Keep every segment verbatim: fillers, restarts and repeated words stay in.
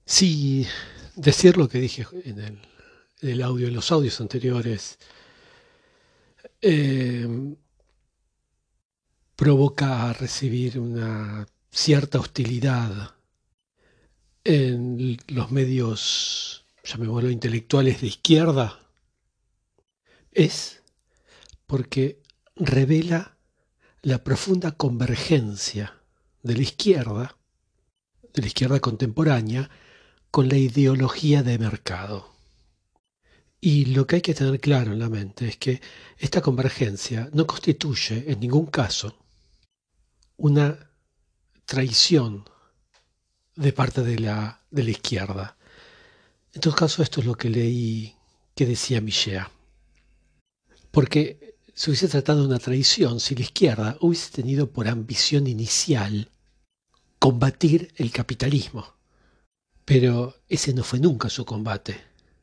Sí, decir lo que dije en el, en el audio, en los audios anteriores, eh, provoca recibir una cierta hostilidad en los medios, llamémoslo, intelectuales de izquierda, es porque revela la profunda convergencia de la izquierda, de la izquierda contemporánea, con la ideología de mercado. Y lo que hay que tener claro en la mente es que esta convergencia no constituye en ningún caso una traición de parte de la, de la izquierda. En todo caso, esto es lo que leí que decía Michel. Porque se hubiese tratado de una traición si la izquierda hubiese tenido por ambición inicial combatir el capitalismo. Pero ese no fue nunca su combate.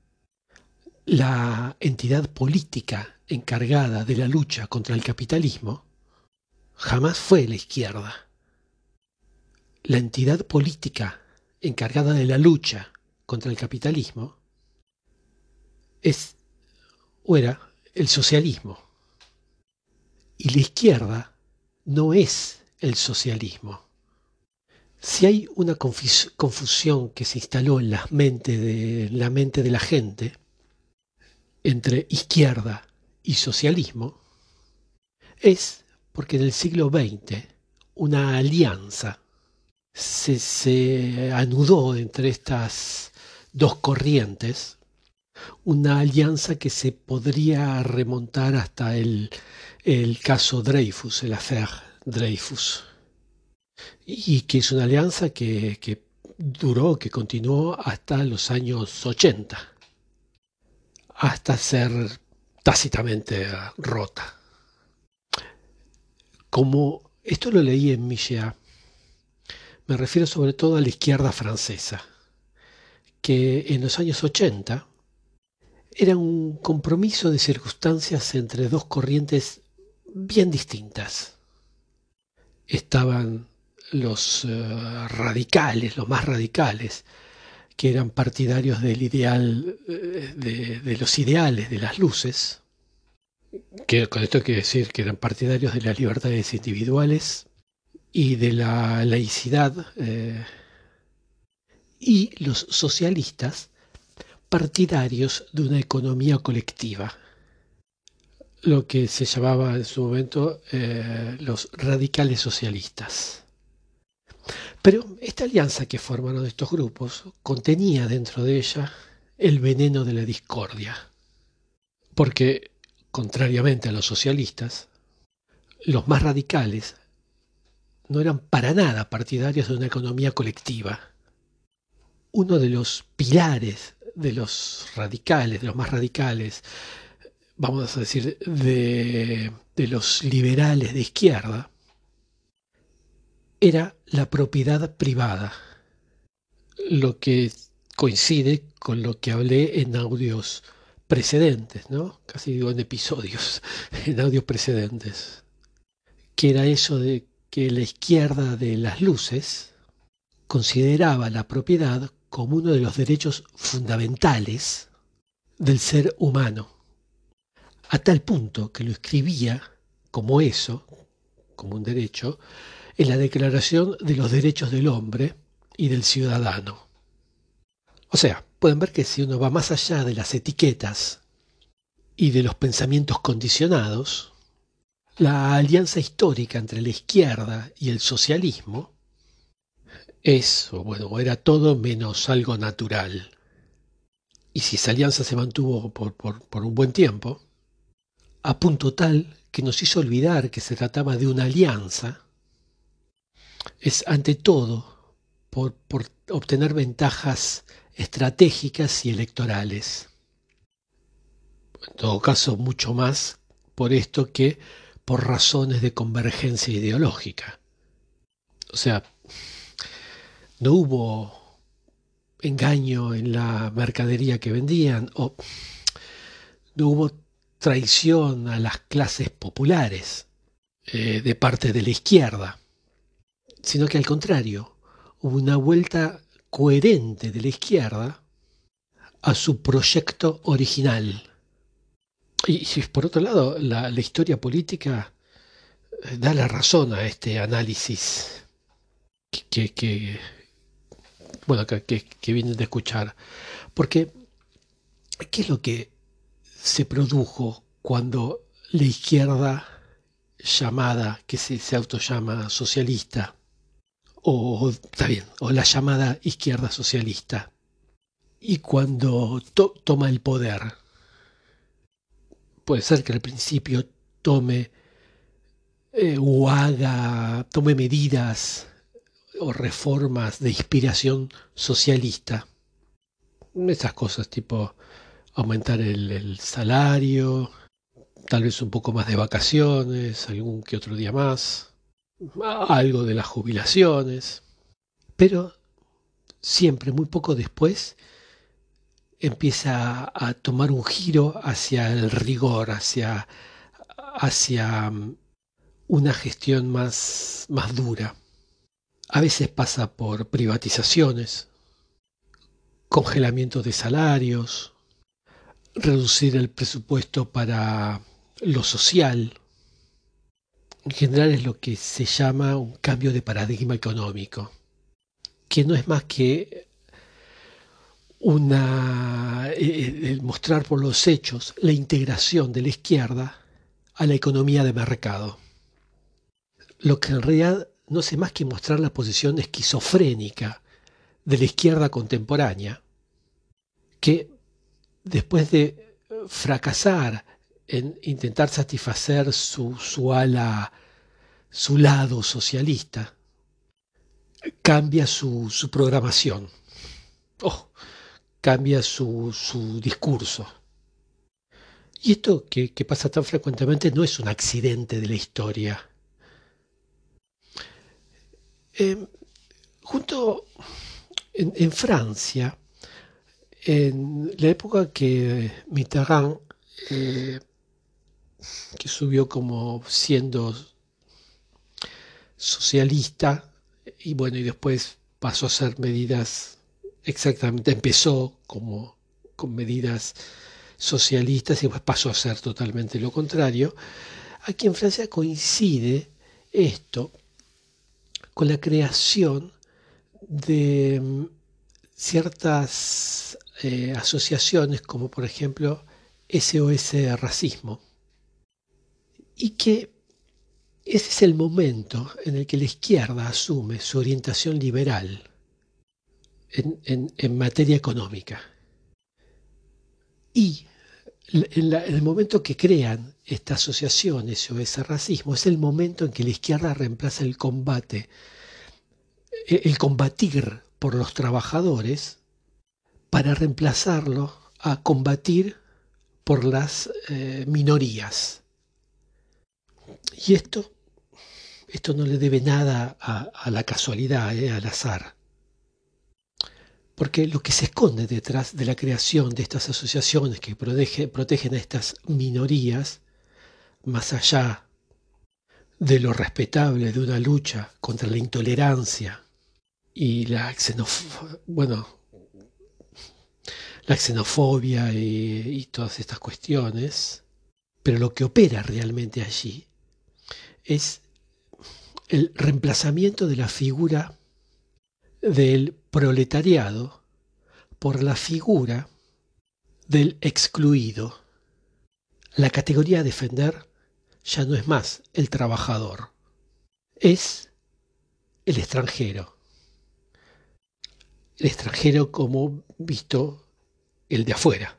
La entidad política encargada de la lucha contra el capitalismo jamás fue la izquierda. La entidad política encargada de la lucha contra el capitalismo es o era el socialismo. Y la izquierda no es el socialismo. Si hay una confusión que se instaló en la mente de, en la mente de la gente entre izquierda y socialismo, es porque en el siglo veinte una alianza se, se anudó entre estas dos corrientes, una alianza que se podría remontar hasta el, el caso Dreyfus, el affaire Dreyfus, y que es una alianza que, que duró, que continuó hasta los años ochenta, hasta ser tácitamente rota. Como esto lo leí en Michel, me refiero sobre todo a la izquierda francesa, que en los años ochenta era un compromiso de circunstancias entre dos corrientes bien distintas. Estaban los uh, radicales, los más radicales, que eran partidarios del ideal, uh, de, de los ideales, de las luces, que con esto quiere decir que eran partidarios de las libertades individuales y de la laicidad, eh, y los socialistas partidarios de una economía colectiva, lo que se llamaba en su momento eh, los radicales socialistas. Pero esta alianza que formaron estos grupos contenía dentro de ella el veneno de la discordia, porque, contrariamente a los socialistas, los más radicales no eran para nada partidarios de una economía colectiva. Uno de los pilares de los radicales, de los más radicales, vamos a decir, de, de los liberales de izquierda, era la propiedad privada, lo que coincide con lo que hablé en audios precedentes, ¿no? Casi digo en episodios, en audios precedentes, que era eso de que la izquierda de las luces consideraba la propiedad como uno de los derechos fundamentales del ser humano, a tal punto que lo escribía como eso, como un derecho, en la Declaración de los Derechos del Hombre y del Ciudadano. O sea, pueden ver que si uno va más allá de las etiquetas y de los pensamientos condicionados, la alianza histórica entre la izquierda y el socialismo es, o bueno, era todo menos algo natural. Y si esa alianza se mantuvo por, por, por un buen tiempo, a punto tal que nos hizo olvidar que se trataba de una alianza, es ante todo por, por obtener ventajas estratégicas y electorales. En todo caso, mucho más por esto que por razones de convergencia ideológica. O sea, no hubo engaño en la mercadería que vendían, o no hubo traición a las clases populares eh, de parte de la izquierda, sino que al contrario, hubo una vuelta coherente de la izquierda a su proyecto original. Y, y por otro lado, la, la historia política eh, da la razón a este análisis que, que, que, bueno, que, que, que vienen de escuchar. Porque, ¿qué es lo que se produjo cuando la izquierda llamada, que se, se autollama socialista, o está bien, o la llamada izquierda socialista, y cuando to, toma el poder, puede ser que al principio tome eh, o haga, tome medidas o reformas de inspiración socialista, esas cosas tipo aumentar el, el salario, tal vez un poco más de vacaciones, algún que otro día más, algo de las jubilaciones, pero siempre muy poco después empieza a tomar un giro hacia el rigor, hacia, hacia mm, una gestión más, más dura. A veces pasa por privatizaciones, congelamiento de salarios, reducir el presupuesto para lo social. En general es lo que se llama un cambio de paradigma económico, que no es más que una, eh, el mostrar por los hechos la integración de la izquierda a la economía de mercado. Lo que en realidad no hace más que mostrar la posición esquizofrénica de la izquierda contemporánea, que después de fracasar en intentar satisfacer su, su ala, su lado socialista, cambia su, su programación, oh, cambia su, su discurso. Y esto que, que pasa tan frecuentemente no es un accidente de la historia. Eh, junto en, en Francia, en la época que Mitterrand, eh, que subió como siendo socialista, y bueno, y después pasó a hacer medidas, exactamente, empezó como con medidas socialistas y después pasó a ser totalmente lo contrario. Aquí en Francia coincide esto con la creación de mm, ciertas eh, asociaciones como por ejemplo S O S Racismo, y que ese es el momento en el que la izquierda asume su orientación liberal en, en, en materia económica. Y en, la, en el momento que crean esta asociación S O S Racismo es el momento en que la izquierda reemplaza el combate, el combatir por los trabajadores, para reemplazarlo a combatir por las eh, minorías. Y esto, esto no le debe nada a, a la casualidad, eh, al azar. Porque lo que se esconde detrás de la creación de estas asociaciones que protege, protegen a estas minorías, más allá de lo respetable de una lucha contra la intolerancia y la xenofobia, bueno, la xenofobia y, y todas estas cuestiones, pero lo que opera realmente allí es el reemplazamiento de la figura del proletariado por la figura del excluido. La categoría a defender ya no es más el trabajador, es el extranjero. El extranjero como visto el de afuera.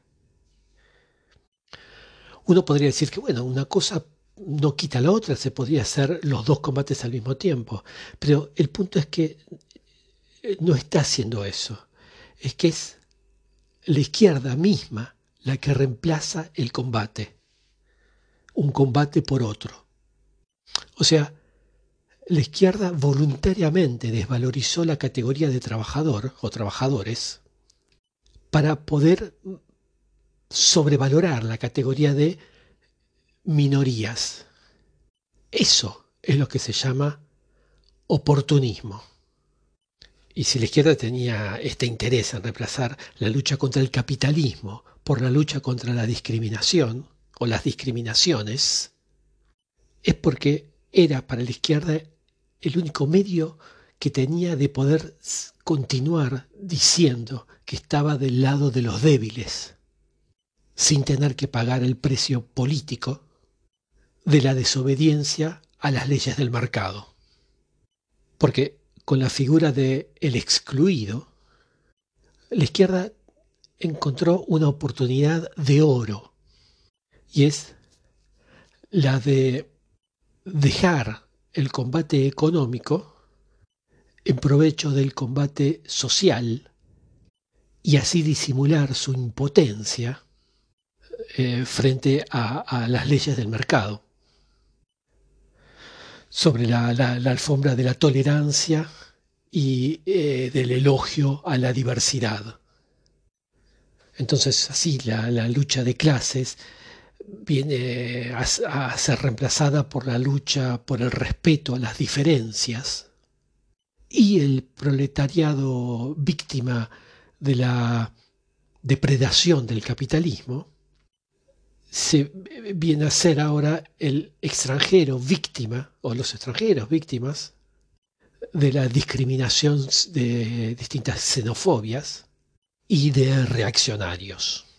Uno podría decir que, bueno, una cosa no quita la otra, se podría hacer los dos combates al mismo tiempo, pero el punto es que no está haciendo eso, es que es la izquierda misma la que reemplaza el combate, un combate por otro. O sea, la izquierda voluntariamente desvalorizó la categoría de trabajador o trabajadores para poder sobrevalorar la categoría de minorías. Eso es lo que se llama oportunismo. Y si la izquierda tenía este interés en reemplazar la lucha contra el capitalismo por la lucha contra la discriminación o las discriminaciones, es porque era para la izquierda el único medio que tenía de poder continuar diciendo que estaba del lado de los débiles, sin tener que pagar el precio político de la desobediencia a las leyes del mercado. Porque con la figura de el excluido, la izquierda encontró una oportunidad de oro, y es la de dejar el combate económico en provecho del combate social y así disimular su impotencia eh, frente a, a las leyes del mercado, sobre la, la, la alfombra de la tolerancia y eh, del elogio a la diversidad. Entonces así la, la lucha de clases viene a, a ser reemplazada por la lucha por el respeto a las diferencias, y el proletariado víctima de la depredación del capitalismo se viene a ser ahora el extranjero víctima, o los extranjeros víctimas, de la discriminación de distintas xenofobias y de reaccionarios.